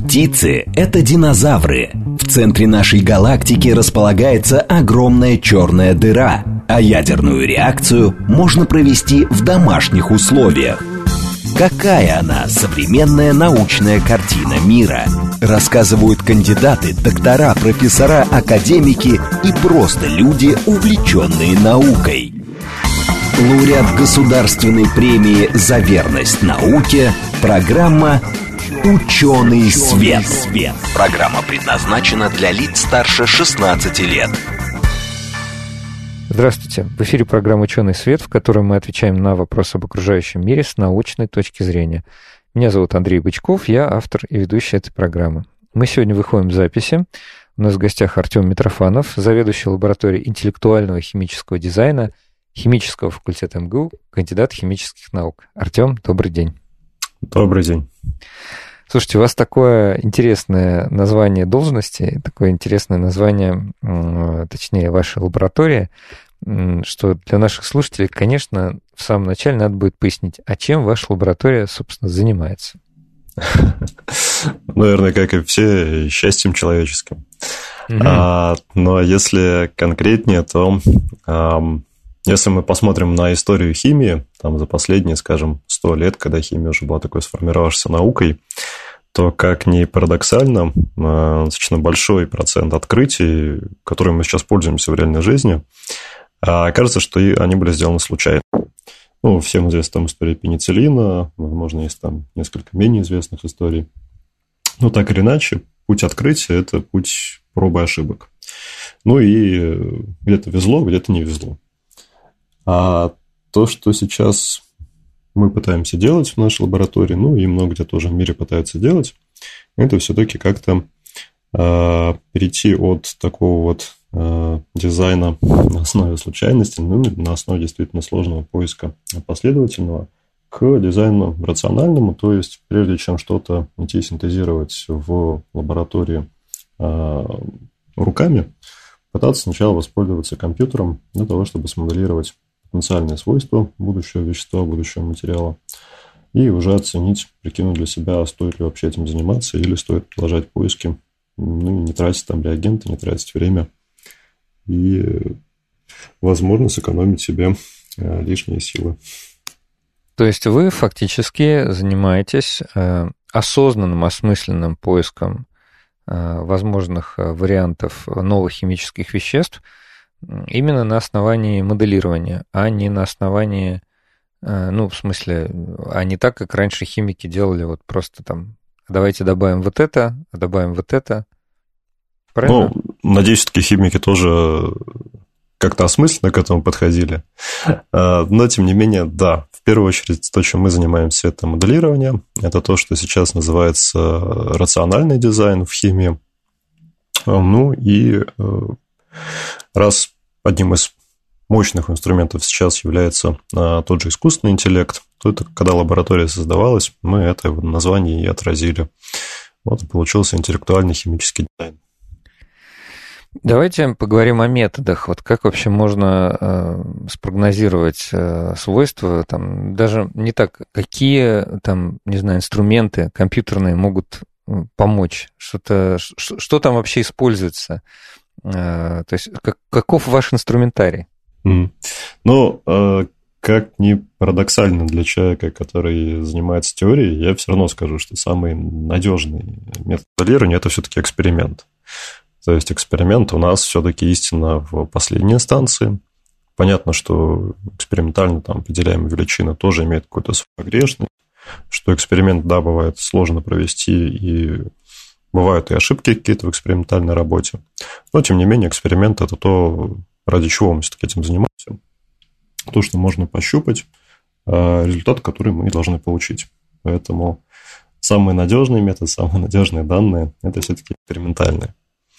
Птицы – это динозавры. В центре нашей галактики располагается огромная черная дыра, а ядерную реакцию можно провести в домашних условиях. Какая она, современная научная картина мира? Рассказывают кандидаты, доктора, профессора, академики и просто люди, увлеченные наукой. Лауреат Государственной премии «За верность науке» программа «Ученый свет». Программа предназначена для лиц старше 16 лет. Здравствуйте. В эфире программа «Ученый свет», в которой мы отвечаем на вопросы об окружающем мире с научной точки зрения. Меня зовут Андрей Бычков, я автор и ведущий этой программы. Мы сегодня выходим в записи. У нас в гостях Артем Митрофанов, заведующий лабораторией интеллектуального химического дизайна химического факультета МГУ, кандидат химических наук. Артем, добрый день. Добрый день. Слушайте, у вас такое интересное название должности, такое интересное название, точнее, вашей лаборатории, что для наших слушателей, конечно, в самом начале надо будет пояснить, а чем ваша лаборатория, собственно, занимается? Наверное, как и все, счастьем человеческим. Но если конкретнее, то если мы посмотрим на историю химии, там за последние, скажем, 100 лет, когда химия уже была такой сформировавшейся наукой, то, как ни парадоксально, достаточно большой процент открытий, которыми мы сейчас пользуемся в реальной жизни, кажется, что они были сделаны случайно. Ну, всем известна там история пенициллина, возможно, есть там несколько менее известных историй. Но так или иначе, путь открытия – это путь пробы и ошибок. Ну, и где-то везло, где-то не везло. А то, что сейчас мы пытаемся делать в нашей лаборатории, ну, и много где тоже в мире пытаются делать, это все-таки как-то перейти от такого вот дизайна на основе случайности, ну, на основе действительно сложного поиска последовательного, к дизайну рациональному, то есть прежде чем что-то идти синтезировать в лаборатории руками, пытаться сначала воспользоваться компьютером для того, чтобы смоделировать потенциальные свойства будущего вещества, будущего материала, и уже оценить, прикинуть для себя, стоит ли вообще этим заниматься, или стоит продолжать поиски, ну, не тратить там реагенты, не тратить время, и, возможно, сэкономить себе лишние силы. То есть вы фактически занимаетесь осознанным, осмысленным поиском возможных вариантов новых химических веществ именно на основании моделирования, а не на основании, ну, в смысле, а не так, как раньше химики делали, вот просто там, давайте добавим вот это, добавим вот это. Правильно? Ну, надеюсь, все-таки химики тоже как-то осмысленно к этому подходили. Но, тем не менее, да, в первую очередь, то, чем мы занимаемся, это моделирование. Это то, что сейчас называется рациональный дизайн в химии. Ну, и раз одним из мощных инструментов сейчас является тот же искусственный интеллект, то это, когда лаборатория создавалась, мы это в названии и отразили. Вот и получился интеллектуальный химический дизайн. Давайте поговорим о методах. Вот как вообще можно спрогнозировать свойства, там, даже не так, какие там, не знаю, инструменты компьютерные могут помочь, что там вообще используется, то есть каков ваш инструментарий? Ну, как ни парадоксально для человека, который занимается теорией, я все равно скажу, что самый надежный метод моделирования – это все-таки эксперимент. То есть эксперимент у нас все-таки истина в последней инстанции. Понятно, что экспериментально там определяемые величины тоже имеют какую-то свою погрешность, что эксперимент, да, бывает сложно провести, и бывают и ошибки какие-то в экспериментальной работе. Но, тем не менее, эксперимент – это то, ради чего мы все-таки этим занимаемся. То, что можно пощупать, результат, который мы должны получить. Поэтому самый надежный метод, самые надежные данные – это все-таки экспериментальные.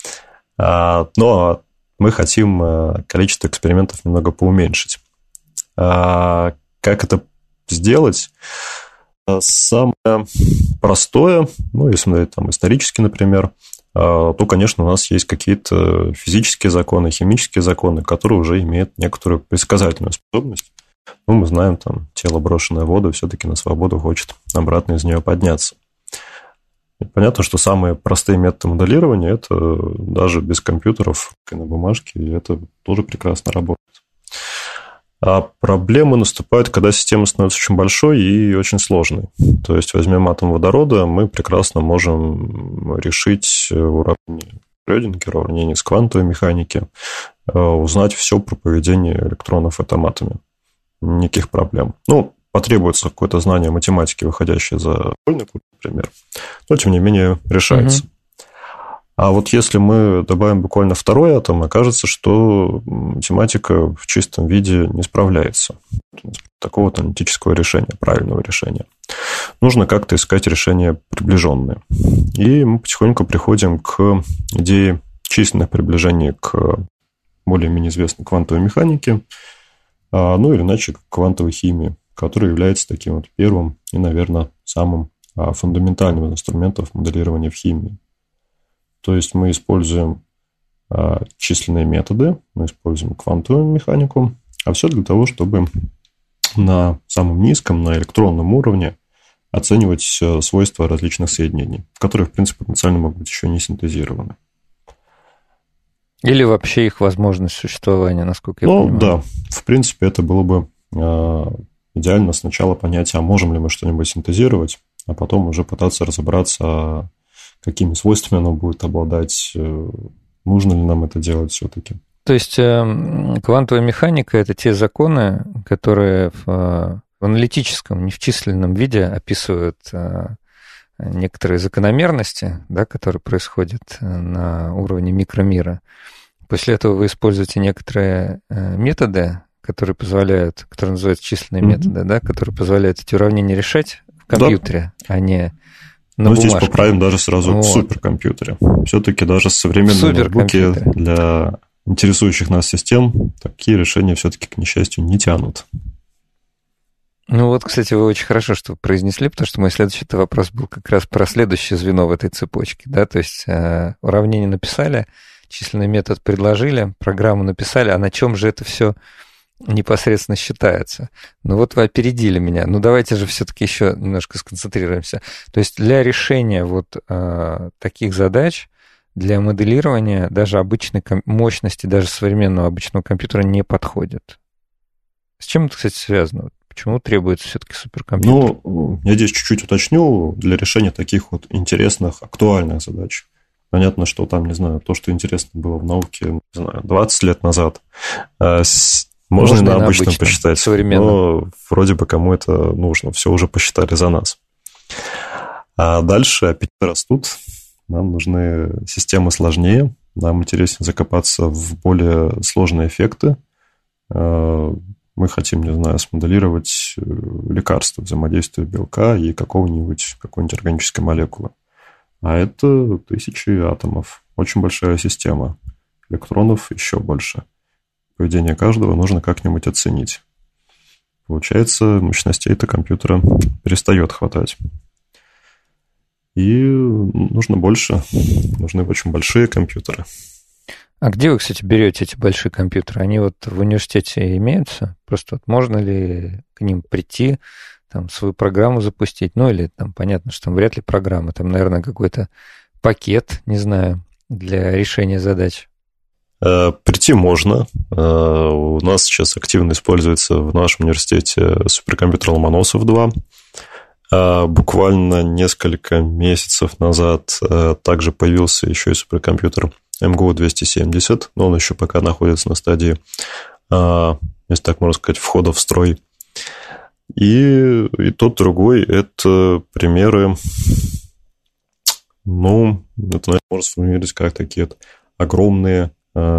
Но мы хотим количество экспериментов немного поуменьшить. Как это сделать? Самое простое, ну, если смотреть там исторически, например, то, конечно, у нас есть какие-то физические законы, химические законы, которые уже имеют некоторую предсказательную способность. Ну, мы знаем, там, тело, брошенное в воду, все-таки на свободу хочет обратно из нее подняться. Понятно, что самые простые методы моделирования – это даже без компьютеров, на бумажке, и это тоже прекрасно работает. А проблемы наступают, когда система становится очень большой и очень сложной. То есть, возьмем атом водорода, мы прекрасно можем решить уравнение Шрёдингера, уравнение из квантовой механики, узнать все про поведение электронов в этом атоме. Никаких проблем. Потребуется какое-то знание математики, выходящее за школьный курс, например, но, тем не менее, решается. А вот если мы добавим буквально второй атом, окажется, что математика в чистом виде не справляется. Такого аналитического решения, правильного решения. Нужно как-то искать решения приближенные. И мы потихоньку приходим к идее численных приближений к более-менее известной квантовой механике, или иначе к квантовой химии, который является таким вот первым и, наверное, самым фундаментальным из инструментов моделирования в химии. То есть мы используем численные методы, мы используем квантовую механику, а все для того, чтобы на самом низком, на электронном уровне оценивать свойства различных соединений, которые, в принципе, потенциально могут быть еще не синтезированы. Или вообще их возможность существования, насколько я понимаю. Да, в принципе, это было бы идеально сначала понять, а можем ли мы что-нибудь синтезировать, а потом уже пытаться разобраться, какими свойствами оно будет обладать, нужно ли нам это делать все-таки. То есть квантовая механика – это те законы, которые в аналитическом, не в численном виде описывают некоторые закономерности, да, которые происходят на уровне микромира. После этого вы используете некоторые методы, которые называются численные методы, да, которые позволяют эти уравнения решать в компьютере, а не на бумажке. Здесь поправим даже сразу в суперкомпьютере. Все-таки даже современные ноутбуки для интересующих нас систем такие решения все-таки, к несчастью, не тянут. Кстати, вы очень хорошо, что произнесли, потому что мой следующий вопрос был как раз про следующее звено в этой цепочке, да, то есть уравнение написали, численный метод предложили, программу написали, а на чем же это все непосредственно считается? Вы опередили меня. Давайте же все-таки еще немножко сконцентрируемся. То есть для решения таких задач, для моделирования даже обычной мощности, даже современного обычного компьютера не подходит. С чем это, кстати, связано? Почему требуется все-таки суперкомпьютер? Я здесь чуть-чуть уточню. Для решения таких интересных, актуальных задач. Понятно, что там, не знаю, то, что интересно было в науке, 20 лет назад, можно и на обычном посчитать, но вроде бы кому это нужно. Все уже посчитали за нас. А дальше аппетиты растут. Нам нужны системы сложнее. Нам интереснее закопаться в более сложные эффекты. Мы хотим, не знаю, смоделировать лекарство, взаимодействие белка и какой-нибудь органической молекулы. А это тысячи атомов. Очень большая система. Электронов еще больше. Поведение каждого нужно как-нибудь оценить. Получается, мощностей-то компьютера перестает хватать. И нужно больше. Нужны очень большие компьютеры. А где вы, кстати, берете эти большие компьютеры? Они в университете имеются? Просто можно ли к ним прийти, свою программу запустить? Или понятно, что там вряд ли программа. Там, наверное, какой-то пакет, не знаю, для решения задач. Прийти можно. У нас сейчас активно используется в нашем университете суперкомпьютер Ломоносов-2. Буквально несколько месяцев назад также появился еще и суперкомпьютер МГУ-270, но он еще пока находится на стадии, если так можно сказать, входа в строй. И тот, другой – это примеры, это, наверное, можно сформулировать как такие огромные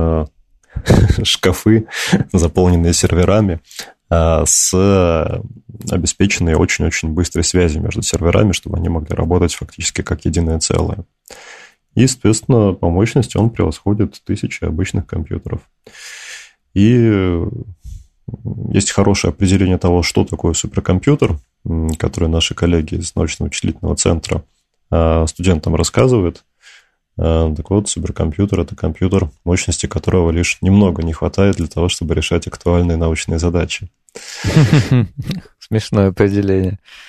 шкафы, заполненные серверами, с обеспеченной очень-очень быстрой связью между серверами, чтобы они могли работать фактически как единое целое. И, соответственно, по мощности он превосходит тысячи обычных компьютеров. И есть хорошее определение того, что такое суперкомпьютер, которое наши коллеги из научно-вычислительного центра студентам рассказывают. Так вот, суперкомпьютер – это компьютер, мощности которого лишь немного не хватает для того, чтобы решать актуальные научные задачи. Смешное определение.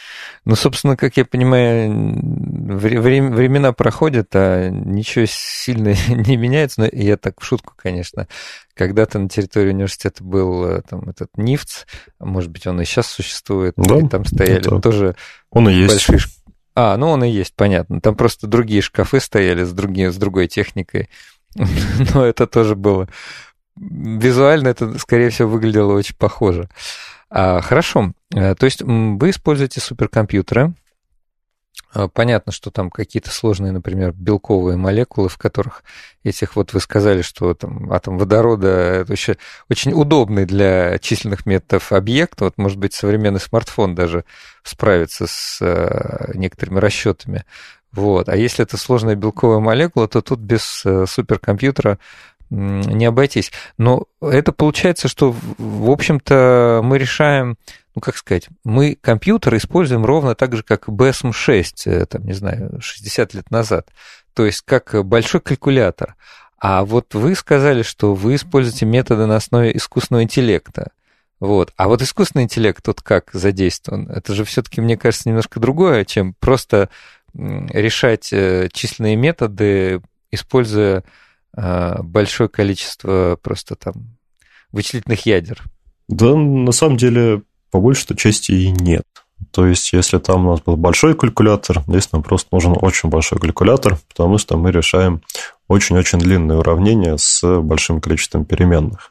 Ну, собственно, как я понимаю, времена проходят, а ничего сильно не меняется. Но я так в шутку, конечно. Когда-то на территории университета был там этот НИФЦ, может быть, он и сейчас существует, да, и там стояли тоже он и есть. большие... ну он и есть, понятно. Там просто другие шкафы стояли с другой техникой. Но это тоже было... Визуально это, скорее всего, выглядело очень похоже. Хорошо. То есть вы используете суперкомпьютеры. Понятно, что там какие-то сложные, например, белковые молекулы, в которых этих, вот вы сказали, что там атом водорода это очень, очень удобный для численных методов объект. Вот, может быть, современный смартфон даже справится с некоторыми расчетами. Вот. А если это сложная белковая молекула, то тут без суперкомпьютера не обойтись. Но это получается, что, в общем-то, мы решаем, ну, как сказать, мы компьютер используем ровно так же, как BSM-6, там, не знаю, 60 лет назад. То есть как большой калькулятор. А вот вы сказали, что вы используете методы на основе искусственного интеллекта. Вот. А вот искусственный интеллект тут как задействован? Это же все-таки, мне кажется, немножко другое, чем просто решать численные методы, используя большое количество просто там вычислительных ядер. Да, на самом деле, по большей части и нет. То есть, если там у нас был большой калькулятор, здесь нам просто нужен очень большой калькулятор, потому что мы решаем очень-очень длинные уравнения с большим количеством переменных.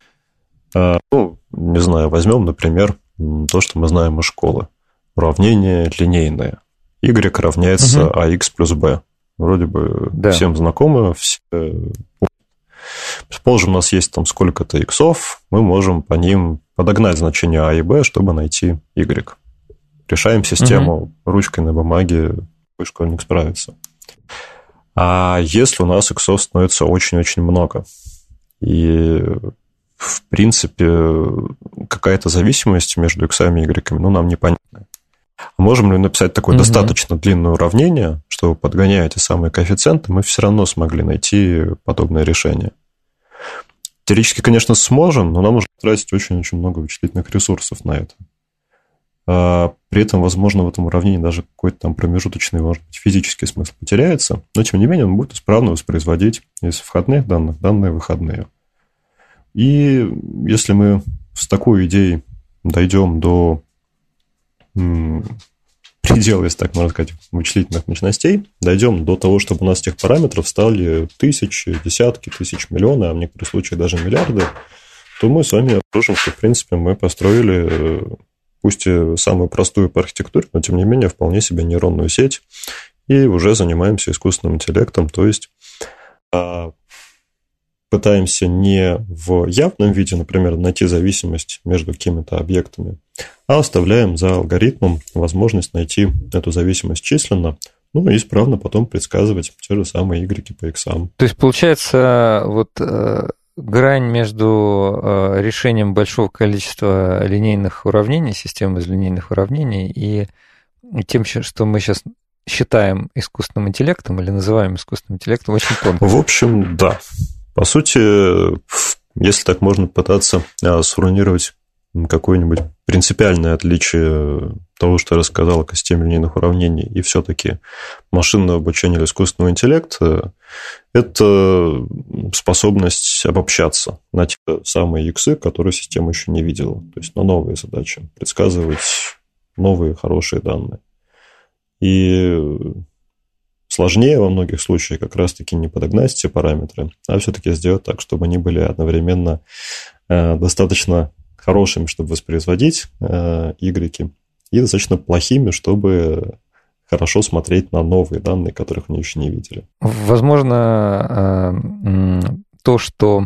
Ну, не знаю, возьмем, например, то, что мы знаем из школы. Уравнение линейное. Y равняется AX плюс B. Вроде бы всем знакомо. Предположим, у нас есть там сколько-то иксов, мы можем по ним подогнать значение А и Б, чтобы найти Y. Решаем систему ручкой на бумаге, любой школьник справится. А если у нас иксов становится очень-очень много, и, в принципе, какая-то зависимость между иксами и Y, нам непонятна. Можем ли написать такое достаточно длинное уравнение, чтобы, подгоняя эти самые коэффициенты, мы все равно смогли найти подобное решение? Теоретически, конечно, сможем, но нам нужно тратить очень-очень много вычислительных ресурсов на это. При этом, возможно, в этом уравнении даже какой-то там промежуточный, может быть, физический смысл потеряется, но, тем не менее, он будет исправно воспроизводить из входных данных данные выходные. И если мы с такой идеей дойдем до предела, если так можно сказать, вычислительных мощностей, дойдем до того, чтобы у нас этих параметров стали тысячи, десятки тысяч, миллионы, а в некоторых случаях даже миллиарды, то мы с вами обнаружим, что, в принципе, мы построили, пусть и самую простую по архитектуре, но, тем не менее, вполне себе нейронную сеть, и уже занимаемся искусственным интеллектом, то есть пытаемся не в явном виде, например, найти зависимость между какими-то объектами, а оставляем за алгоритмом возможность найти эту зависимость численно, ну и исправно потом предсказывать те же самые y по x. То есть, получается, вот грань между решением большого количества линейных уравнений, системы из линейных уравнений, и тем, что мы сейчас считаем искусственным интеллектом или называем искусственным интеллектом, очень тонко. В общем, да. По сути, если так можно пытаться сформулировать какое-нибудь принципиальное отличие того, что я рассказал о системе линейных уравнений, и все-таки машинное обучение или искусственного интеллекта, это способность обобщаться на те самые иксы, которые система еще не видела, то есть на новые задачи, предсказывать новые хорошие данные. И сложнее во многих случаях как раз-таки не подогнать все параметры, а все-таки сделать так, чтобы они были одновременно достаточно хорошими, чтобы воспроизводить Y, и достаточно плохими, чтобы хорошо смотреть на новые данные, которых они еще не видели. Возможно, то, что...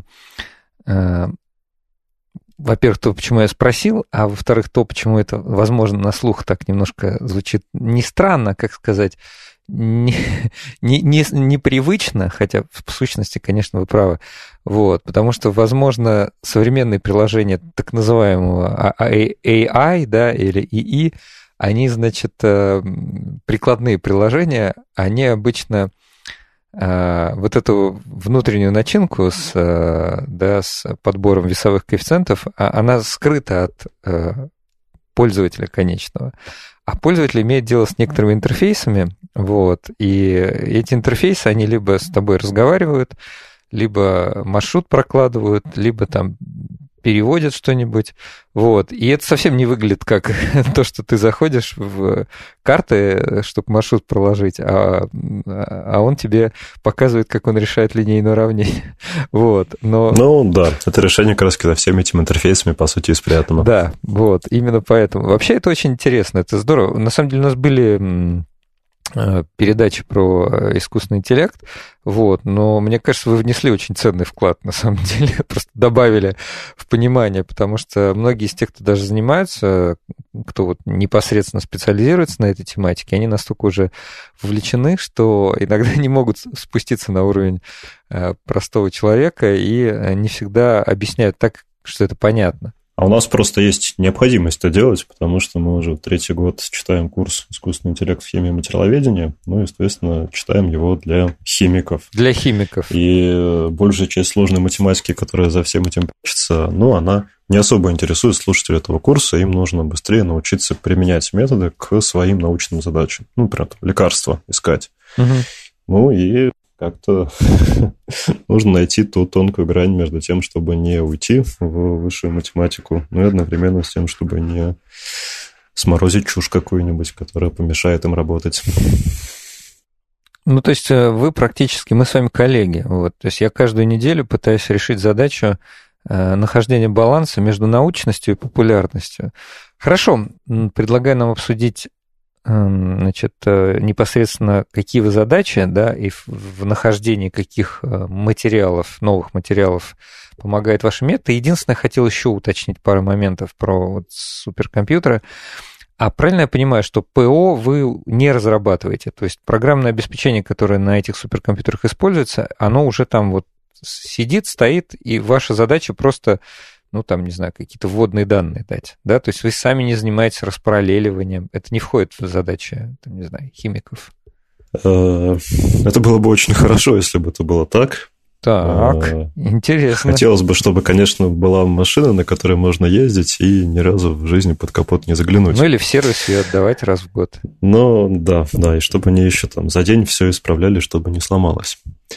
Во-первых, то, почему я спросил, а во-вторых, то, почему это, возможно, на слух так немножко звучит не странно, как сказать, непривычно, хотя в сущности, конечно, вы правы. Вот, потому что, возможно, современные приложения так называемого AI, да, или ИИ, они, значит, прикладные приложения, они обычно вот эту внутреннюю начинку с подбором весовых коэффициентов, она скрыта от пользователя конечного. А пользователь имеет дело с некоторыми интерфейсами, вот, и эти интерфейсы, они либо с тобой разговаривают, либо маршрут прокладывают, либо там переводят что-нибудь, вот. И это совсем не выглядит как то, что ты заходишь в карты, чтобы маршрут проложить, а он тебе показывает, как он решает линейное уравнение. Вот. Ну, да, это решение как раз за всеми этими интерфейсами, по сути, и спрятано. Да, вот, именно поэтому. Вообще это очень интересно, это здорово. На самом деле у нас были передачи про искусственный интеллект, вот, но мне кажется, вы внесли очень ценный вклад, на самом деле, просто добавили в понимание, потому что многие из тех, кто даже занимаются, кто вот непосредственно специализируется на этой тематике, они настолько уже вовлечены, что иногда не могут спуститься на уровень простого человека и не всегда объясняют так, что это понятно. А у нас просто есть необходимость это делать, потому что мы уже 3-й год читаем курс «Искусственный интеллект в химии и материаловедении», ну, естественно, читаем его для химиков. Для химиков. И большая часть сложной математики, которая за всем этим прячется, ну, она не особо интересует слушателей этого курса, им нужно быстрее научиться применять методы к своим научным задачам. Ну, например, лекарства искать. Угу. Ну, и как-то нужно найти ту тонкую грань между тем, чтобы не уйти в высшую математику, но и одновременно с тем, чтобы не сморозить чушь какую-нибудь, которая помешает им работать. Ну, то есть вы практически, мы с вами коллеги. Вот. То есть я каждую неделю пытаюсь решить задачу нахождения баланса между научностью и популярностью. Хорошо, предлагаю нам обсудить, значит, непосредственно какие вы задачи, да, и в нахождении каких материалов, новых материалов помогает ваша метод. Единственное, хотел еще уточнить пару моментов про вот суперкомпьютеры. А правильно я понимаю, что ПО вы не разрабатываете? То есть программное обеспечение, которое на этих суперкомпьютерах используется, оно уже там вот сидит, стоит, и ваша задача просто, ну, там, не знаю, какие-то вводные данные дать, да? То есть вы сами не занимаетесь распараллеливанием, это не входит в задачи, там, не знаю, химиков. Это было бы очень хорошо, если бы это было так. Так, интересно. Хотелось бы, чтобы, конечно, была машина, на которой можно ездить и ни разу в жизни под капот не заглянуть. Ну, или в сервис ее отдавать раз в год. Ну, да, и чтобы они еще там за день все исправляли, чтобы не сломалось.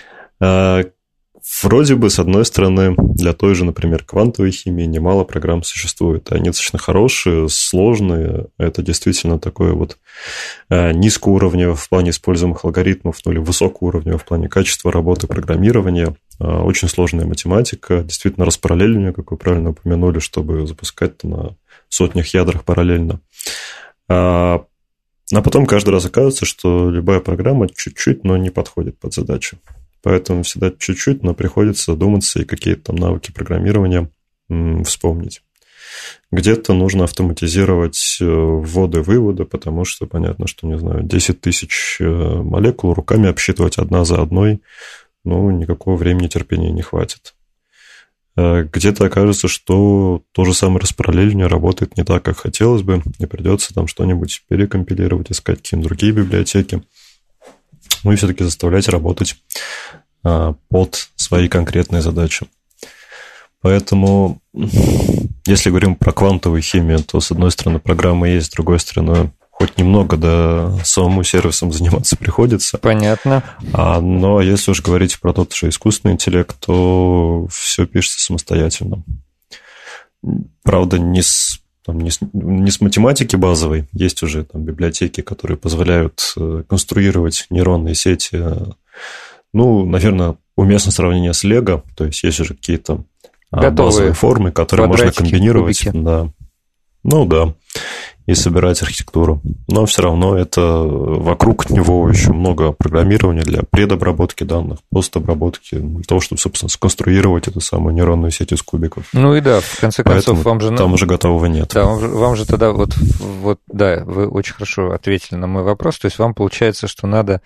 Вроде бы, с одной стороны, для той же, например, квантовой химии немало программ существует. Они достаточно хорошие, сложные. Это действительно такое вот низкоуровневое в плане используемых алгоритмов, ну или высокоуровневое в плане качества работы программирования. Очень сложная математика. Действительно, распараллеливание, как вы правильно упомянули, чтобы запускать на сотнях ядрах параллельно. А потом каждый раз оказывается, что любая программа чуть-чуть, но не подходит под задачу. Поэтому всегда чуть-чуть, но приходится задуматься и какие-то там навыки программирования вспомнить. Где-то нужно автоматизировать вводы-выводы, потому что понятно, что, не знаю, 10 тысяч молекул руками обсчитывать одна за одной, ну, никакого времени, терпения не хватит. Где-то окажется, что то же самое распараллеливание работает не так, как хотелось бы, и придется там что-нибудь перекомпилировать, искать какие-то другие библиотеки. Ну и все-таки заставлять работать под свои конкретные задачи. Поэтому, если говорим про квантовую химию, то, с одной стороны, программа есть, с другой стороны, хоть немного, да, самому сервисом заниматься приходится. Понятно. Но если уж говорить про тот же искусственный интеллект, то все пишется самостоятельно. Правда, не с математики базовой. Есть уже там библиотеки, которые позволяют конструировать нейронные сети. Ну, наверное, уместно сравнение с Лего. То есть есть уже какие-то базовые формы, которые можно комбинировать. Да. Ну да. И собирать архитектуру. Но все равно это вокруг него еще много программирования для предобработки данных, постобработки, для того, чтобы, собственно, сконструировать эту самую нейронную сеть из кубиков. Ну и да, в конце концов, вам же... Там уже готового нет. Да, вам же тогда вот, да, вы очень хорошо ответили на мой вопрос. То есть вам получается, что надо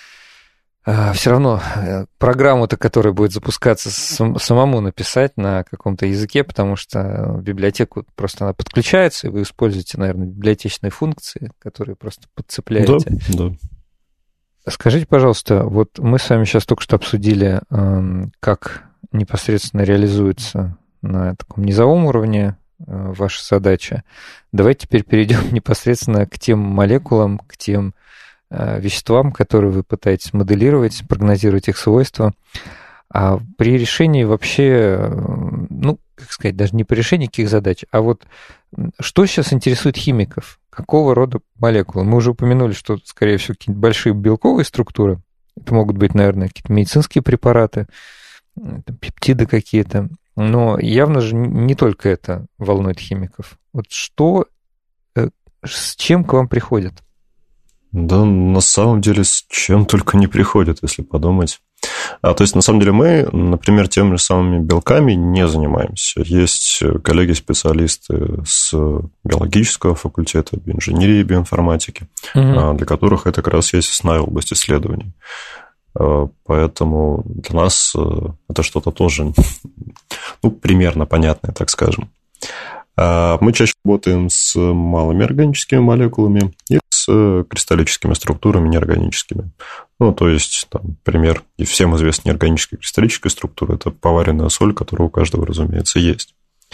все равно программу-то, которая будет запускаться, самому написать на каком-то языке, потому что в библиотеку просто она подключается, и вы используете, наверное, библиотечные функции, которые просто подцепляете. Да. Скажите, пожалуйста, вот мы с вами сейчас только что обсудили, как непосредственно реализуется на таком низовом уровне ваша задача. Давайте теперь перейдем непосредственно к тем молекулам, к тем веществам, которые вы пытаетесь моделировать, прогнозировать их свойства. А при решении вообще, ну, как сказать, даже не при решении каких задач, а вот что сейчас интересует химиков? Какого рода молекулы? Мы уже упомянули, что, скорее всего, какие-нибудь большие белковые структуры. Это могут быть, наверное, какие-то медицинские препараты, пептиды какие-то. Но явно же не только это волнует химиков. Вот что, с чем к вам приходят? Да, на самом деле, с чем только не приходят, если подумать. То есть, на самом деле, мы, например, теми же самыми белками не занимаемся. Есть коллеги-специалисты с биологического факультета, инженерии, биоинформатики, для которых это как раз есть основная область исследований. Поэтому для нас это что-то тоже, ну, примерно понятное, так скажем. Мы чаще работаем с малыми органическими молекулами и с кристаллическими структурами неорганическими. Ну, то есть, там, например, и всем известна неорганическая кристаллическая структура – это поваренная соль, которая у каждого, разумеется, есть.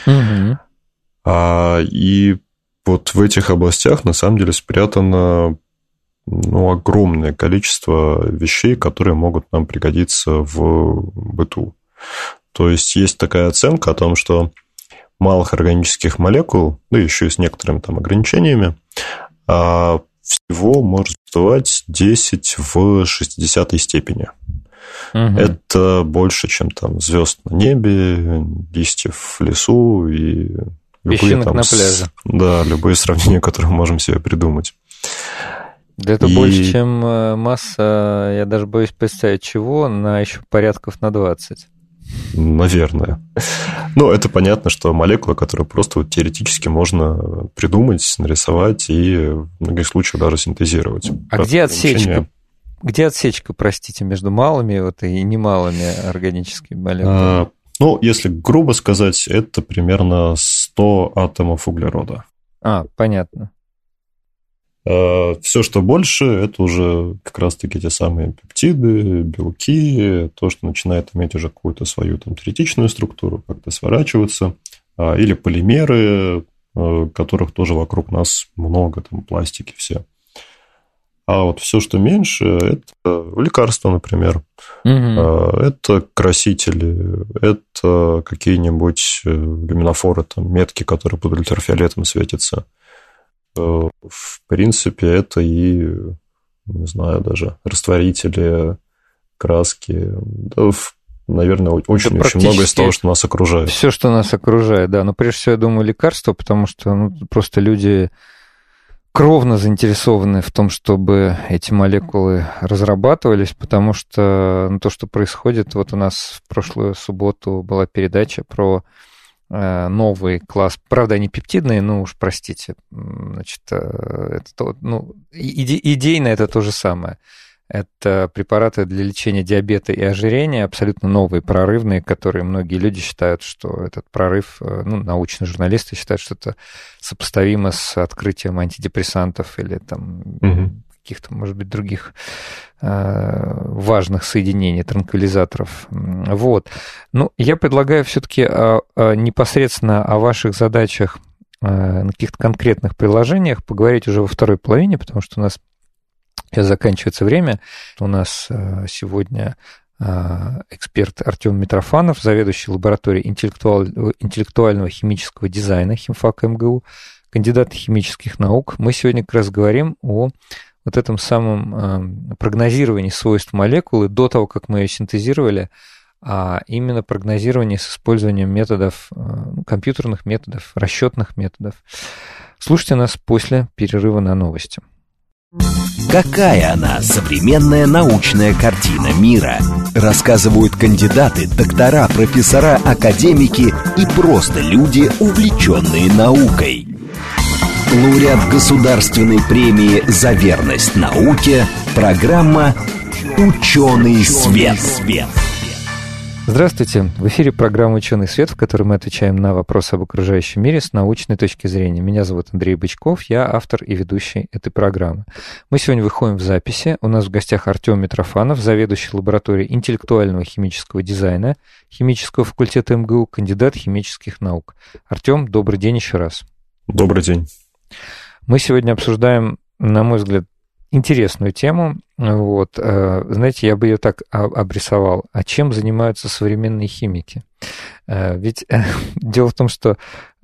И вот в этих областях, на самом деле, спрятано, ну, огромное количество вещей, которые могут нам пригодиться в быту. То есть, есть такая оценка о том, что малых органических молекул, да еще и с некоторыми там ограничениями, всего может существовать 10 в 60 степени. Это больше, чем там звезд на небе, листьев в лесу и песчинок на пляже. Да, любые сравнения, которые мы можем себе придумать. Да это больше, чем масса, я даже боюсь представить, чего, на еще порядков на 20. Наверное. Ну, это понятно, что молекула, которую просто вот теоретически можно придумать, нарисовать и в многих случаях даже синтезировать. А где отсечка? Где отсечка, простите, между малыми вот и немалыми органическими молекулами? Ну, если грубо сказать, это примерно 100 атомов углерода. Понятно. Все, что больше, это уже как раз-таки те самые пептиды, белки, то, что начинает иметь уже какую-то свою там третичную структуру, как-то сворачиваться, или полимеры, которых тоже вокруг нас много, там пластики все. А вот все, что меньше, это лекарства, например, это красители, это какие-нибудь люминофоры, там, метки, которые под ультрафиолетом светятся. В принципе, это и, не знаю, даже растворители, краски. Да, наверное, очень-очень много из того, что нас окружает. Все, что нас окружает, да. Но прежде всего, я думаю, лекарства, потому что просто люди кровно заинтересованы в том, чтобы эти молекулы разрабатывались, потому что то, что происходит... Вот у нас в прошлую субботу была передача про новый класс, правда, они пептидные, ну уж простите, значит, это, идейно это то же самое. Это препараты для лечения диабета и ожирения, абсолютно новые, прорывные, которые многие люди считают, что этот прорыв, научные журналисты считают, что это сопоставимо с открытием антидепрессантов или там каких-то, может быть, других важных соединений, транквилизаторов. Вот. Я предлагаю все-таки непосредственно о ваших задачах на каких-то конкретных приложениях поговорить уже во второй половине, потому что у нас сейчас заканчивается время. У нас сегодня эксперт Артем Митрофанов, заведующий лабораторией интеллектуального химического дизайна химфака МГУ, кандидат химических наук. Мы сегодня как раз говорим о вот этом самом прогнозировании свойств молекулы до того, как мы ее синтезировали, а именно прогнозирование с использованием методов, компьютерных методов, расчетных методов. Слушайте нас после перерыва на новости. Какая она, современная научная картина мира? Рассказывают кандидаты, доктора, профессора, академики и просто люди, увлеченные наукой. Лауреат Государственной премии «За верность науке» программа «Ученый свет». Здравствуйте! В эфире программа «Ученый свет», в которой мы отвечаем на вопросы об окружающем мире с научной точки зрения. Меня зовут Андрей Бычков, я автор и ведущий этой программы. Мы сегодня выходим в записи. У нас в гостях Артем Митрофанов, заведующий лабораторией интеллектуального химического дизайна химического факультета МГУ, кандидат химических наук. Артем, добрый день еще раз. Добрый день. Мы сегодня обсуждаем, на мой взгляд, интересную тему. Вот. Знаете, я бы ее так обрисовал. А чем занимаются современные химики? Ведь дело в том, что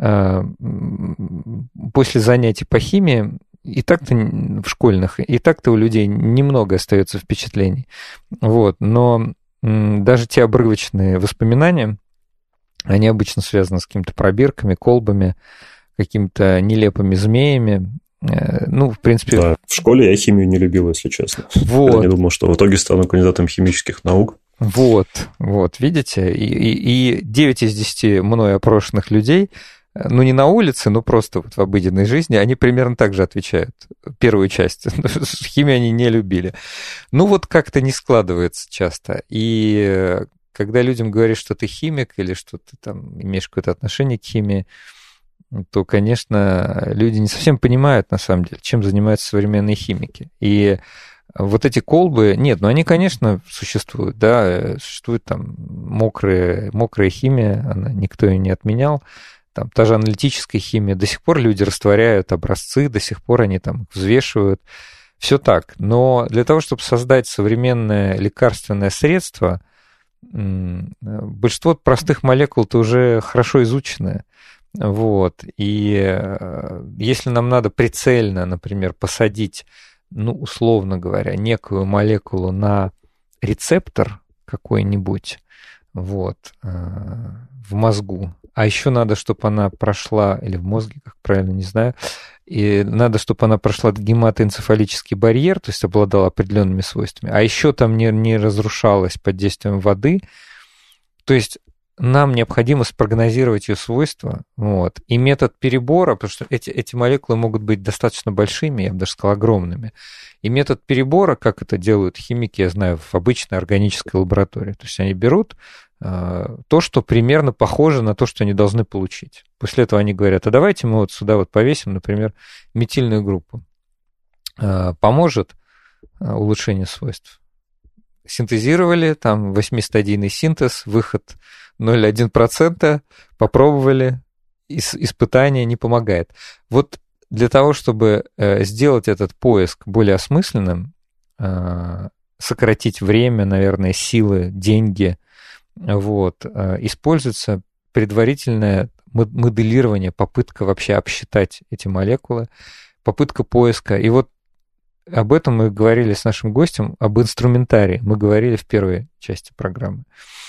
после занятий по химии и так-то в школьных, и так-то у людей немного остается впечатлений. Вот. Но даже те обрывочные воспоминания, они обычно связаны с какими-то пробирками, колбами, какими-то нелепыми змеями. Ну, в принципе... Да, в школе я химию не любил, если честно. Вот. Я не думал, что в итоге стану кандидатом химических наук. Вот, видите? И 9 из 10 мной опрошенных людей, ну, не на улице, но просто вот в обыденной жизни, они примерно так же отвечают. Первую часть. Химию они не любили. Ну, вот как-то не складывается часто. И когда людям говоришь, что ты химик или что ты там имеешь какое-то отношение к химии, то, конечно, люди не совсем понимают, на самом деле, чем занимаются современные химики. И вот эти колбы, нет, ну они, конечно, существуют, да, существует там мокрая химия, никто ее не отменял, там та же аналитическая химия, до сих пор люди растворяют образцы, до сих пор они там их взвешивают, все так. Но для того, чтобы создать современное лекарственное средство, большинство простых молекул-то уже хорошо изучены. Вот. И если нам надо прицельно, например, посадить, ну, условно говоря, некую молекулу на рецептор какой-нибудь, вот, в мозгу, а еще надо, чтобы она прошла, или в мозге, как правильно, не знаю, и надо, чтобы она прошла гематоэнцефалический барьер, то есть обладала определенными свойствами, а еще там не разрушалась под действием воды, то есть нам необходимо спрогнозировать ее свойства, вот, и метод перебора, потому что эти молекулы могут быть достаточно большими, я бы даже сказал, огромными, и метод перебора, как это делают химики, я знаю, в обычной органической лаборатории, то есть они берут то, что примерно похоже на то, что они должны получить. После этого они говорят, а давайте мы вот сюда вот повесим, например, метильную группу. Поможет улучшение свойств. Синтезировали, там 8-стадийный синтез, выход 0,1%, попробовали, испытание не помогает. Вот для того, чтобы сделать этот поиск более осмысленным, сократить время, наверное, силы, деньги, вот, используется предварительное моделирование, попытка вообще обсчитать эти молекулы, попытка поиска. И вот об этом мы говорили с нашим гостем, об инструментарии. Мы говорили в первой части программы.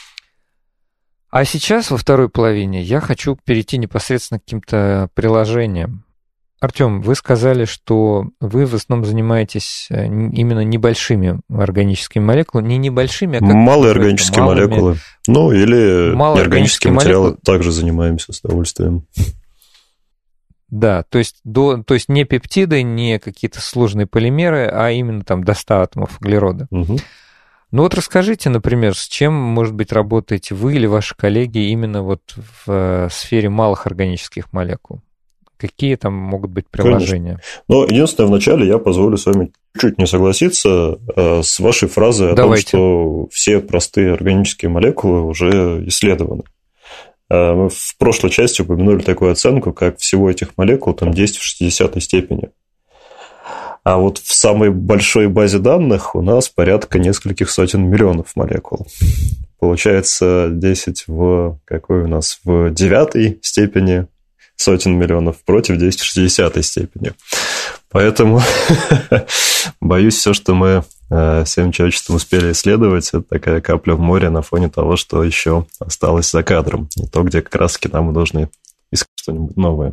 А сейчас, во второй половине, я хочу перейти непосредственно к каким-то приложениям. Артем, вы сказали, что вы в основном занимаетесь именно небольшими органическими молекулами. Не небольшими, а как... Малые органические молекулы. Ну, или неорганические материалы также занимаемся с удовольствием. Да, то есть не пептиды, не какие-то сложные полимеры, а именно там до 100 атомов углерода. Угу. Ну вот расскажите, например, с чем, может быть, работаете вы или ваши коллеги именно вот в сфере малых органических молекул? Какие там могут быть приложения? Конечно. Но единственное, вначале я позволю с вами чуть не согласиться с вашей фразой о том, что все простые органические молекулы уже исследованы. Мы в прошлой части упомянули такую оценку, как всего этих молекул там 10 в 60 степени. А вот в самой большой базе данных у нас порядка нескольких сотен миллионов молекул. Получается 10 в какой у нас? В 9 степени сотен миллионов против 10 в 60 степени. Поэтому боюсь, все, что мы всем человечеством успели исследовать, это такая капля в море на фоне того, что еще осталось за кадром. И то, где как раз-таки нам мы должны искать что-нибудь новое.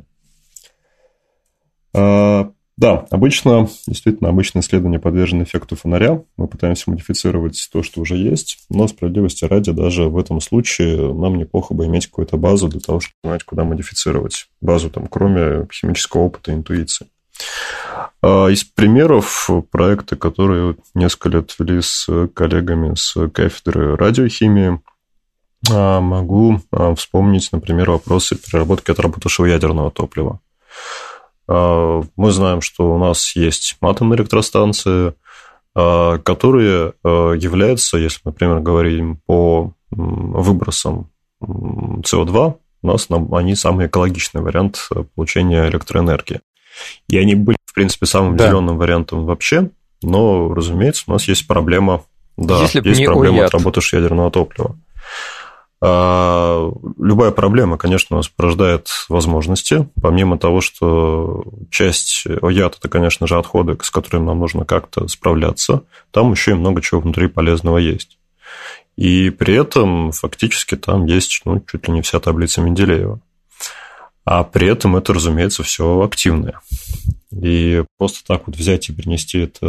Да, действительно, обычно исследования подвержены эффекту фонаря. Мы пытаемся модифицировать то, что уже есть, но справедливости ради, даже в этом случае нам неплохо бы иметь какую-то базу для того, чтобы знать, куда модифицировать базу, там, кроме химического опыта и интуиции. Из примеров проекта, которые несколько лет вели с коллегами с кафедры радиохимии, Могу вспомнить, например, вопросы переработки отработавшего ядерного топлива. Мы знаем, что у нас есть атомные электростанции, которые являются, если, например, говорим по выбросам СО2, у нас они самый экологичный вариант получения электроэнергии. И они были, в принципе, самым зеленым вариантом вообще, но, разумеется, у нас есть проблема, есть проблема отработавшего ядерного топлива. Любая проблема, конечно, у нас порождает возможности. Помимо того, что часть ОЯД – это, конечно же, отходы, с которыми нам нужно как-то справляться, там еще и много чего внутри полезного есть. И при этом фактически там есть чуть ли не вся таблица Менделеева. А при этом это, разумеется, все активное. И просто так вот взять и принести это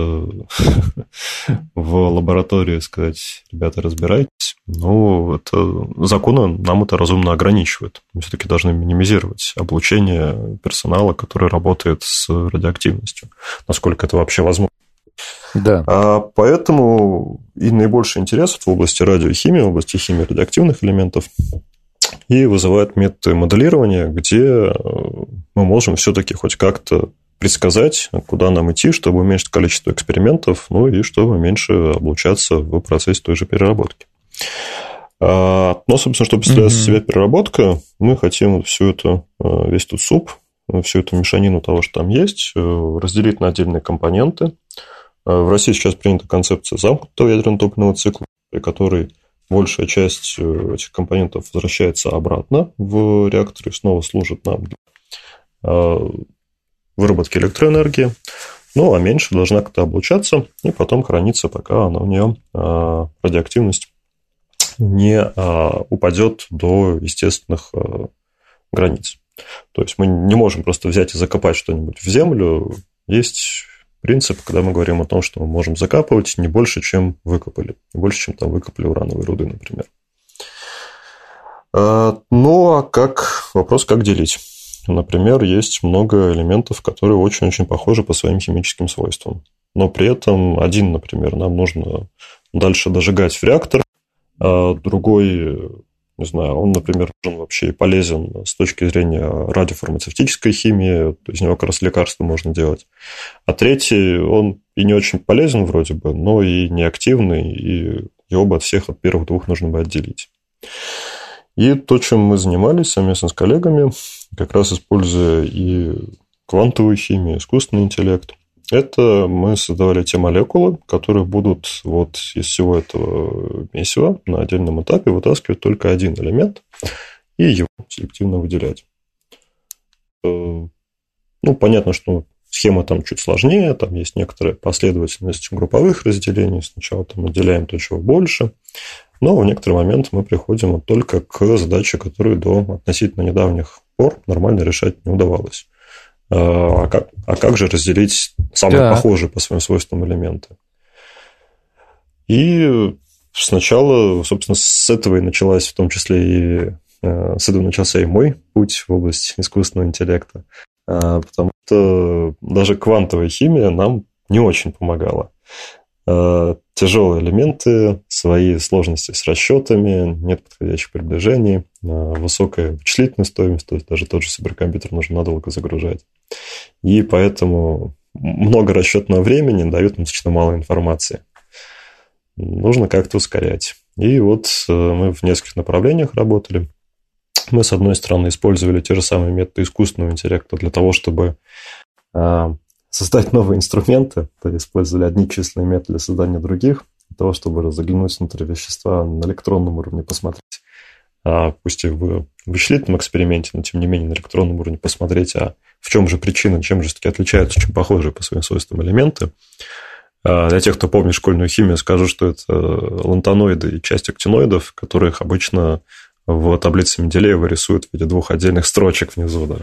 в лабораторию и сказать: ребята, разбирайтесь, это законы нам это разумно ограничивают. Мы все-таки должны минимизировать облучение персонала, который работает с радиоактивностью, насколько это вообще возможно. Да. Поэтому и наибольший интерес в области радиохимии, в области химии радиоактивных элементов и вызывают методы моделирования, где мы можем все-таки хоть как-то предсказать, куда нам идти, чтобы уменьшить количество экспериментов, и чтобы меньше облучаться в процессе той же переработки. Но, собственно, что представляет из себя переработка, мы хотим всю эту, весь этот суп, всю эту мешанину того, что там есть, разделить на отдельные компоненты. В России сейчас принята концепция замкнутого ядерно-топливного цикла, при которой большая часть этих компонентов возвращается обратно в реактор и снова служит нам для выработки электроэнергии, а меньше должна как-то облучаться и потом храниться, пока у нее радиоактивность не упадет до естественных границ. То есть мы не можем просто взять и закопать что-нибудь в землю. Есть принцип, когда мы говорим о том, что мы можем закапывать не больше, чем выкопали. Не больше, чем там выкопали урановые руды, например. Вопрос, как делить? Например, есть много элементов, которые очень-очень похожи по своим химическим свойствам. Но при этом один, например, нам нужно дальше дожигать в реактор, а другой, не знаю, он, например, вообще полезен с точки зрения радиофармацевтической химии, то есть из него как раз лекарства можно делать. А третий, он и не очень полезен вроде бы, но и неактивный, и его бы от первых двух нужно бы отделить. И то, чем мы занимались совместно с коллегами, как раз используя и квантовую химию, искусственный интеллект, это мы создавали те молекулы, которые будут из всего этого месива на отдельном этапе вытаскивать только один элемент и его селективно выделять. Понятно, что схема там чуть сложнее, там есть некоторая последовательность групповых разделений. Сначала там отделяем то, чего больше, но в некоторый момент мы приходим только к задаче, которую до относительно недавних пор нормально решать не удавалось. А как же разделить самые похожие по своим свойствам элементы? И сначала, собственно, с этого и началась, в том числе с этого начался и мой путь в область искусственного интеллекта, потому что даже квантовая химия нам не очень помогала. Тяжелые элементы, свои сложности с расчетами, нет подходящих приближений, высокая вычислительная стоимость, то есть даже тот же суперкомпьютер нужно надолго загружать. И поэтому много расчетного времени дают достаточно мало информации. Нужно как-то ускорять. И мы в нескольких направлениях работали. Мы, с одной стороны, использовали те же самые методы искусственного интеллекта для того, чтобы создать новые инструменты, то есть использовали одни численные методы для создания других, для того, чтобы заглянуть внутрь вещества на электронном уровне, посмотреть, пусть и в вычислительном эксперименте, но тем не менее на электронном уровне посмотреть, в чем же причина, чем же все-таки отличаются очень похожие по своим свойствам элементы. Для тех, кто помнит школьную химию, скажу, что это лантаноиды и часть актиноидов, которых обычно в таблице Менделеева рисуют в виде двух отдельных строчек внизу. Да.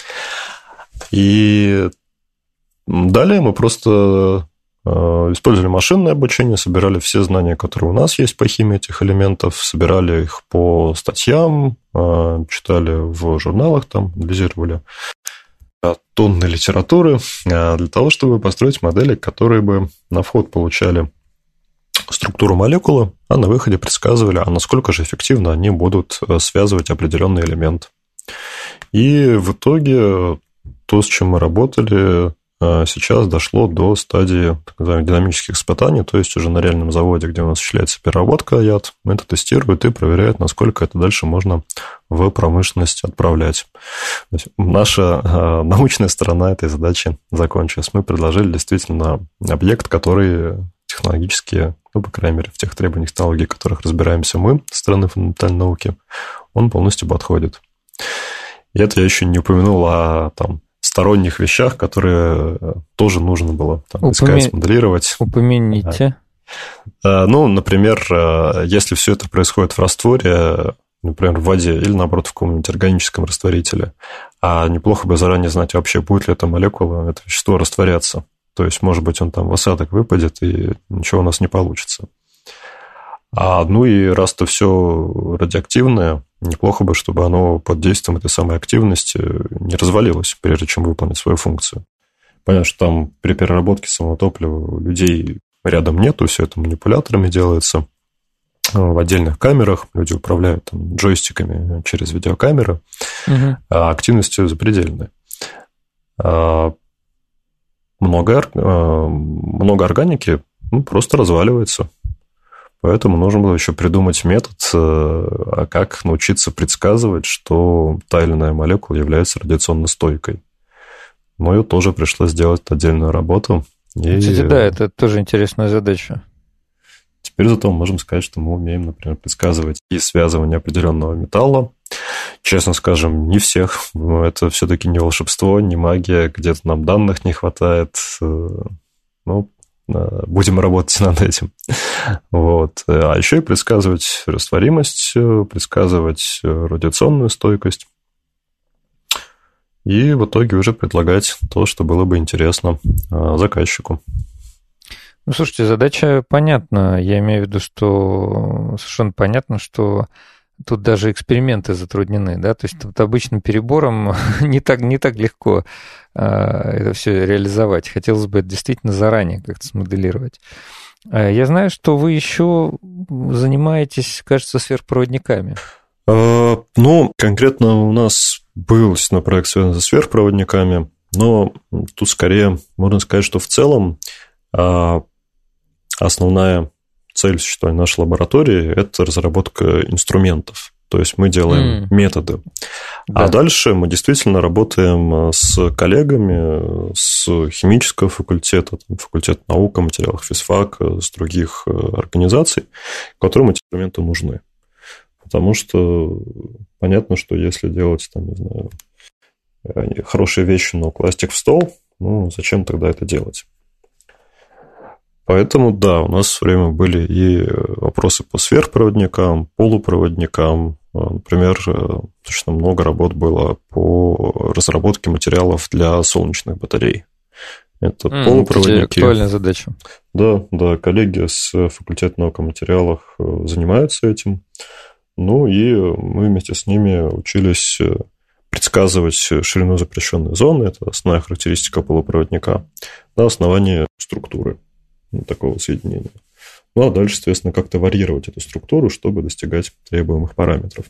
И далее мы просто использовали машинное обучение, собирали все знания, которые у нас есть по химии этих элементов, собирали их по статьям, читали в журналах, там, анализировали тонны литературы для того, чтобы построить модели, которые бы на вход получали структуру молекулы, а на выходе предсказывали, а насколько же эффективно они будут связывать определенный элемент. И в итоге то, с чем мы работали, сейчас дошло до стадии так называемых динамических испытаний, то есть уже на реальном заводе, где у нас осуществляется переработка ягод, это тестируют и проверяют, насколько это дальше можно в промышленность отправлять. То есть наша научная сторона этой задачи закончилась. Мы предложили действительно объект, который технологически, по крайней мере, в тех требованиях технологий, в которых разбираемся мы, со стороны фундаментальной науки, он полностью подходит. И это я еще не упомянул о сторонних вещах, которые тоже нужно было искать, моделировать. Упомяните. Например, если все это происходит в растворе, например, в воде или, наоборот, в каком-нибудь органическом растворителе, а неплохо бы заранее знать вообще, будет ли эта молекула, это вещество растворяться. То есть, может быть, он в осадок выпадет, и ничего у нас не получится. И раз это все радиоактивное, неплохо бы, чтобы оно под действием этой самой активности не развалилось, прежде чем выполнить свою функцию. Понятно, что там при переработке самого топлива людей рядом нету, все это манипуляторами делается. В отдельных камерах люди управляют джойстиками через видеокамеры, а активность запредельная. Много органики просто разваливается. Поэтому нужно было еще придумать метод, как научиться предсказывать, что та или иная молекула является радиационно стойкой. Но ее тоже пришлось сделать отдельную работу. Кстати, да, это тоже интересная задача. Теперь зато мы можем сказать, что мы умеем, например, предсказывать и связывание определенного металла. Честно скажем, не всех. Это все-таки не волшебство, не магия. Где-то нам данных не хватает. Будем работать над этим. А еще и предсказывать растворимость, предсказывать радиационную стойкость. И в итоге уже предлагать то, что было бы интересно заказчику. Слушайте, задача понятна. Я имею в виду, что совершенно понятно, что тут даже эксперименты затруднены, да, то есть вот обычным перебором не так легко это все реализовать. Хотелось бы это действительно заранее как-то смоделировать. Я знаю, что вы еще занимаетесь, кажется, сверхпроводниками. Конкретно у нас был проект, связанный со сверхпроводниками, но тут скорее можно сказать, что в целом основная цель существования нашей лаборатории – это разработка инструментов. То есть мы делаем методы. Да. А дальше мы действительно работаем с коллегами с химического факультета, факультет наук, материалов физфак, с других организаций, которым эти инструменты нужны. Потому что понятно, что если делать, хорошие вещи, но класть их в стол, зачем тогда это делать? Поэтому, да, у нас все время были и вопросы по сверхпроводникам, полупроводникам. Например, достаточно много работ было по разработке материалов для солнечных батарей. Это полупроводники. Актуальная задача. Да, коллеги с факультета наук о материалах занимаются этим. И мы вместе с ними учились предсказывать ширину запрещенной зоны, это основная характеристика полупроводника, на основании структуры такого соединения. А дальше, соответственно, как-то варьировать эту структуру, чтобы достигать требуемых параметров.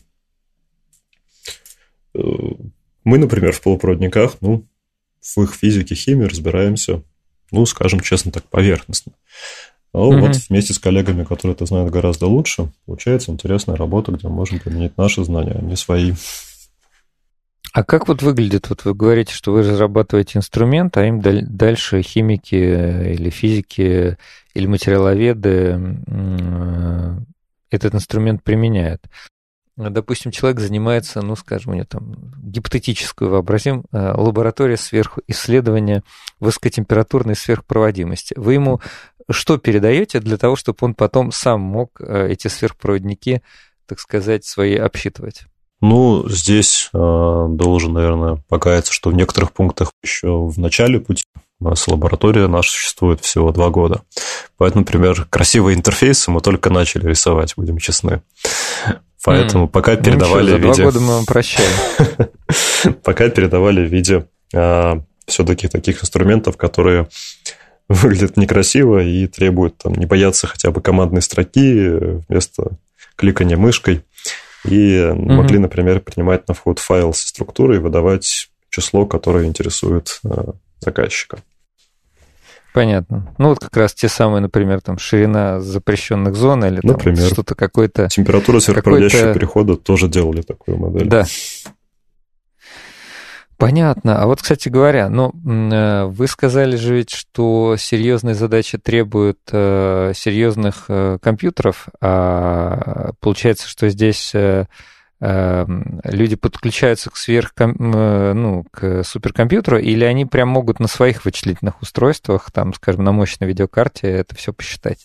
Мы, например, в полупроводниках, в их физике, химии разбираемся, скажем честно, так поверхностно. Вот вместе с коллегами, которые это знают гораздо лучше, получается интересная работа, где мы можем применить наши знания, а не свои. А как выглядит, вы говорите, что вы разрабатываете инструмент, а им дальше химики или физики или материаловеды этот инструмент применяют? Допустим, человек занимается, скажем, у него гипотетическую, вообразим, лаборатория исследования высокотемпературной сверхпроводимости. Вы ему что передаете для того, чтобы он потом сам мог эти сверхпроводники, так сказать, свои обсчитывать? Здесь должен, наверное, покаяться, что в некоторых пунктах еще в начале пути у нас лаборатория наша существует всего 2 года. Поэтому, например, красивые интерфейсы мы только начали рисовать, будем честны. Поэтому пока передавали в виде... За 2 года мы вам прощаем. Пока передавали в виде все-таки таких инструментов, которые выглядит некрасиво и требует там, не бояться хотя бы командной строки вместо кликания мышкой. И могли, например, принимать на вход файл со структурой и выдавать число, которое интересует заказчика. Понятно. Ну, вот как раз те самые, например, там ширина запрещенных зон или там что-то какое-то... Температура сверхпроводящего перехода тоже делали такую модель. Да. Понятно. А вот, кстати говоря, вы сказали же ведь, что серьезные задачи требуют серьезных компьютеров, а получается, что здесь люди подключаются к к суперкомпьютеру, или они прям могут на своих вычислительных устройствах, там, скажем, на мощной видеокарте это все посчитать?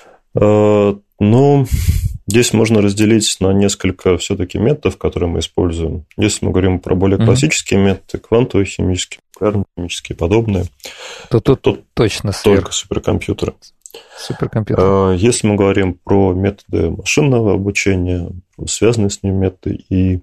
Здесь можно разделить на несколько все-таки методов, которые мы используем. Если мы говорим про более классические методы, квантовые химические, нуклеарно-химические и подобные, то тут точно только суперкомпьютеры. Суперкомпьютер. Если мы говорим про методы машинного обучения, связанные с ними методы,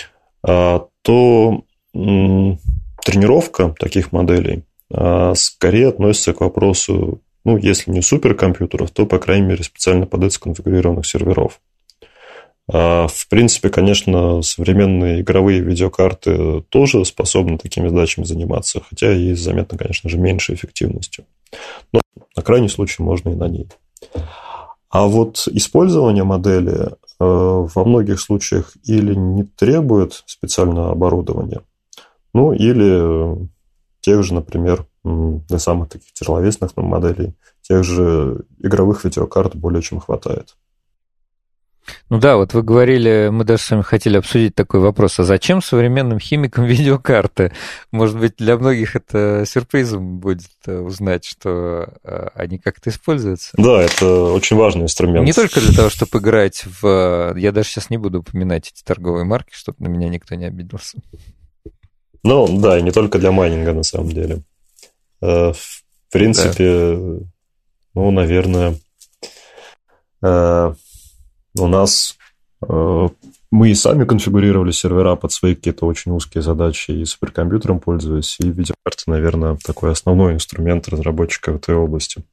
то тренировка таких моделей скорее относится к вопросу, если не суперкомпьютеров, то, по крайней мере, специально под это сконфигурированных серверов. В принципе, конечно, современные игровые видеокарты тоже способны такими задачами заниматься, хотя и с заметно, конечно же, меньшей эффективностью. Но на крайний случай можно и на ней. А вот использование модели во многих случаях или не требует специального оборудования, или тех же, например, для самых таких тяжеловесных моделей, тех же игровых видеокарт более чем хватает. Вот вы говорили, мы даже с вами хотели обсудить такой вопрос, а зачем современным химикам видеокарты? Может быть, для многих это сюрпризом будет узнать, что они как-то используются? Да, это очень важный инструмент. Не только для того, чтобы играть в... Я даже сейчас не буду упоминать эти торговые марки, чтобы на меня никто не обиделся. Да, и не только для майнинга, на самом деле. В принципе, наверное, у нас мы и сами конфигурировали сервера под свои какие-то очень узкие задачи, и суперкомпьютером пользуясь, и видеокарта, наверное, такой основной инструмент разработчика в этой области.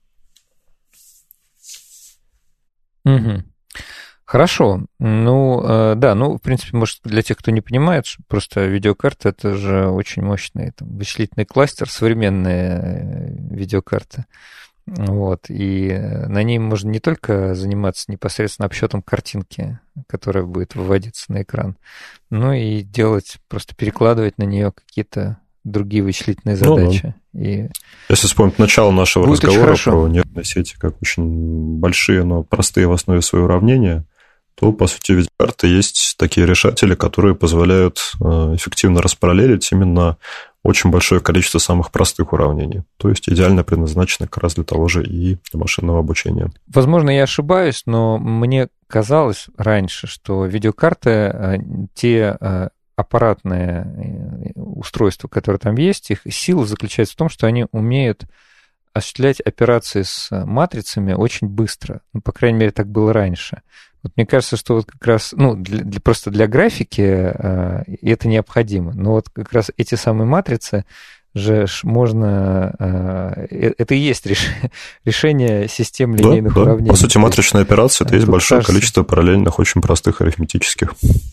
Угу. Хорошо. В принципе, может, для тех, кто не понимает, просто видеокарта — это же очень мощный вычислительный кластер, современные видеокарты. И на ней можно не только заниматься непосредственно обсчетом картинки, которая будет выводиться на экран, но и перекладывать на нее какие-то другие вычислительные задачи. И если вспомнить начало нашего разговора про нейронные сети как очень большие, но простые в основе своего уравнения, то, по сути, в видеокарте есть такие решатели, которые позволяют эффективно распараллелить именно очень большое количество самых простых уравнений. То есть идеально предназначены как раз для того же и для машинного обучения. Возможно, я ошибаюсь, но мне казалось раньше, что видеокарты, те аппаратные устройства, которые там есть, их сила заключается в том, что они умеют осуществлять операции с матрицами очень быстро. По крайней мере, так было раньше. Мне кажется, что как раз, просто для графики это необходимо. Но как раз эти самые матрицы же можно... Это и есть решение систем линейных уравнений. По сути, матричная операция — это есть большое количество параллельных, очень простых арифметических.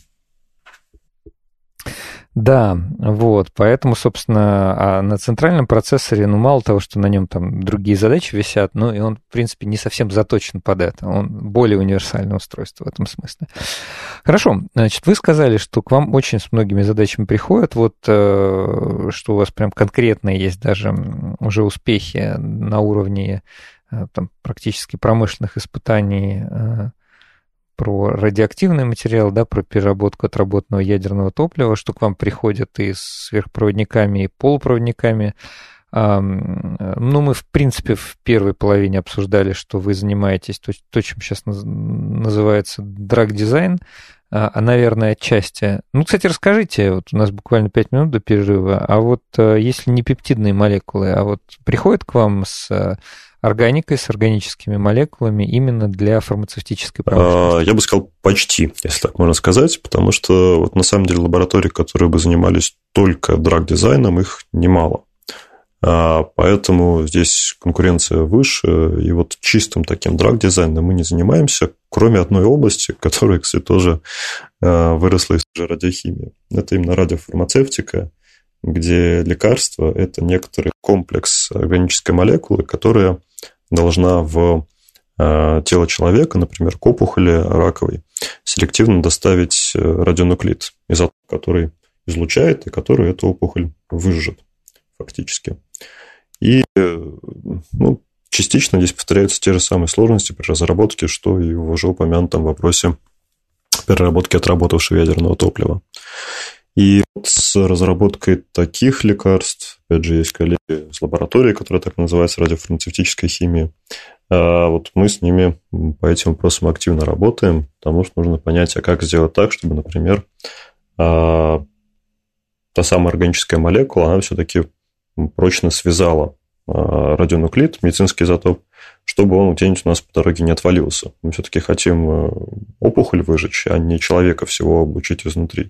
Да, поэтому, собственно, на центральном процессоре, мало того, что на нем там другие задачи висят, и он, в принципе, не совсем заточен под это. Он более универсальное устройство в этом смысле. Хорошо, значит, вы сказали, что к вам очень с многими задачами приходят, что у вас прям конкретно есть даже уже успехи на уровне практически промышленных испытаний про радиоактивный материал, про переработку отработанного ядерного топлива, что к вам приходят и с сверхпроводниками, и полупроводниками. Мы, в принципе, в первой половине обсуждали, что вы занимаетесь то, чем сейчас называется драг-дизайн, наверное, отчасти. Кстати, расскажите, у нас буквально 5 минут до перерыва, если не пептидные молекулы, приходят к вам с органикой, с органическими молекулами именно для фармацевтической промышленности? Я бы сказал, почти, если так можно сказать, потому что на самом деле лабораторий, которые бы занимались только драг-дизайном, их немало. Поэтому здесь конкуренция выше, и вот чистым таким драг-дизайном мы не занимаемся, кроме одной области, которая, кстати, тоже выросла из радиохимии. Это именно радиофармацевтика, где лекарство – это некоторый комплекс органической молекулы, которая должна в тело человека, например, к опухоли раковой, селективно доставить радионуклид, изотоп, который излучает и который эту опухоль выжжет фактически. И частично здесь повторяются те же самые сложности при разработке, что и в уже упомянутом вопросе переработки отработавшего ядерного топлива. И вот с разработкой таких лекарств, опять же, есть коллеги из лаборатории, которая так называется, радиофармацевтической химии. Вот мы с ними по этим вопросам активно работаем, потому что нужно понять, а как сделать так, чтобы, например, та самая органическая молекула, она все-таки прочно связала радионуклид, медицинский изотоп, чтобы он где-нибудь у нас по дороге не отвалился. Мы все-таки хотим опухоль выжечь, а не человека всего облучить изнутри.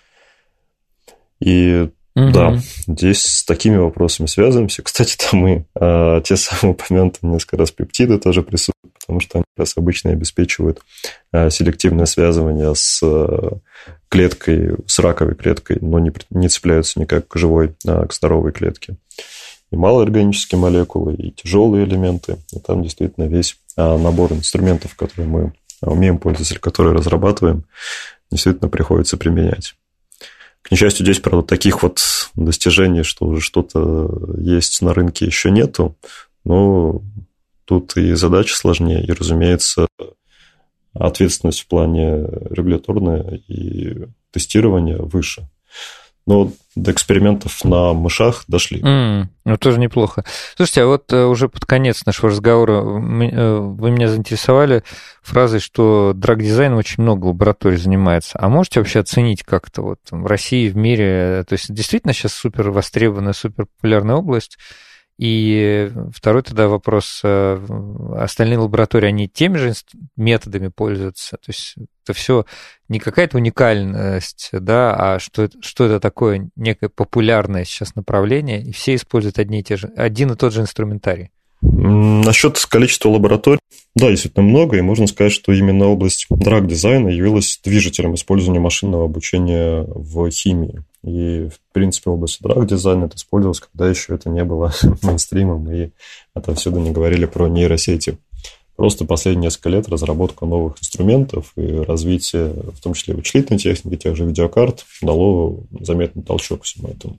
И да, здесь с такими вопросами связываемся. Кстати, там и те самые упомянутые несколько раз пептиды тоже присутствуют, потому что они как раз обычно обеспечивают селективное связывание с клеткой, с раковой клеткой, но не цепляются никак к живой, к здоровой клетке. И малоорганические молекулы, и тяжелые элементы. И там действительно весь набор инструментов, которые мы умеем пользоваться, которые разрабатываем, действительно приходится применять. К несчастью, здесь, правда, таких вот достижений, что уже что-то есть на рынке, еще нету. Но тут и задача сложнее, и, разумеется, ответственность в плане регуляторная и тестирования выше. Но до экспериментов на мышах дошли. Ну, тоже неплохо. Слушайте, а вот уже под конец нашего разговора вы меня заинтересовали фразой, что драг-дизайном очень много лабораторий занимается. А можете вообще оценить как-то вот в России, в мире? То есть действительно сейчас супер востребованная, супер популярная область? И второй тогда вопрос, остальные лаборатории, они теми же методами пользуются? То есть это все не какая-то уникальность, да, а что это такое, некое популярное сейчас направление, и все используют один и тот же инструментарий? Насчет количества лабораторий, да, действительно много, и можно сказать, что именно область драг-дизайна явилась движителем использования машинного обучения в химии. И, в принципе, область драг-дизайна это использовалась, когда еще это не было мейнстримом, и отовсюду не говорили про нейросети. Просто последние несколько лет разработка новых инструментов и развитие, в том числе вычислительной техники, тех же видеокарт, дало заметный толчок всему этому.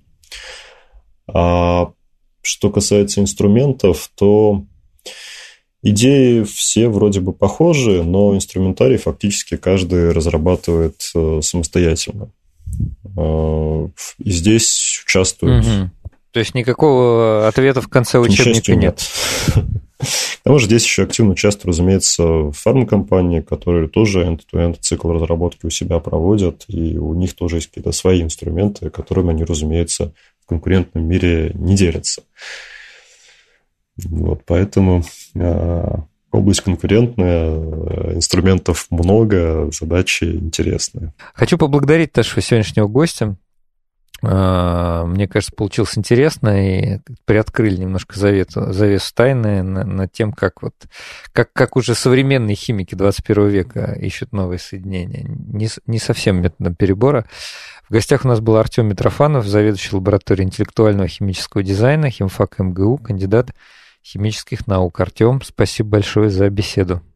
А что касается инструментов, то идеи все вроде бы похожи, но инструментарий фактически каждый разрабатывает самостоятельно. И здесь участвуют... То есть никакого ответа в конце учебника нет. К тому же здесь еще активно участвуют, разумеется, фармкомпании, которые тоже end-to-end цикл разработки у себя проводят, и у них тоже есть какие-то свои инструменты, которыми они, разумеется, в конкурентном мире не делятся. Вот, поэтому область конкурентная, инструментов много, задачи интересные. Хочу поблагодарить нашего сегодняшнего гостя. Мне кажется, получилось интересно, и приоткрыли немножко завесу тайны над тем, как уже современные химики 21 века ищут новые соединения. Не совсем методом перебора. В гостях у нас был Артем Митрофанов, заведующий лабораторией интеллектуального химического дизайна, химфак МГУ, кандидат химических наук. Артем, спасибо большое за беседу.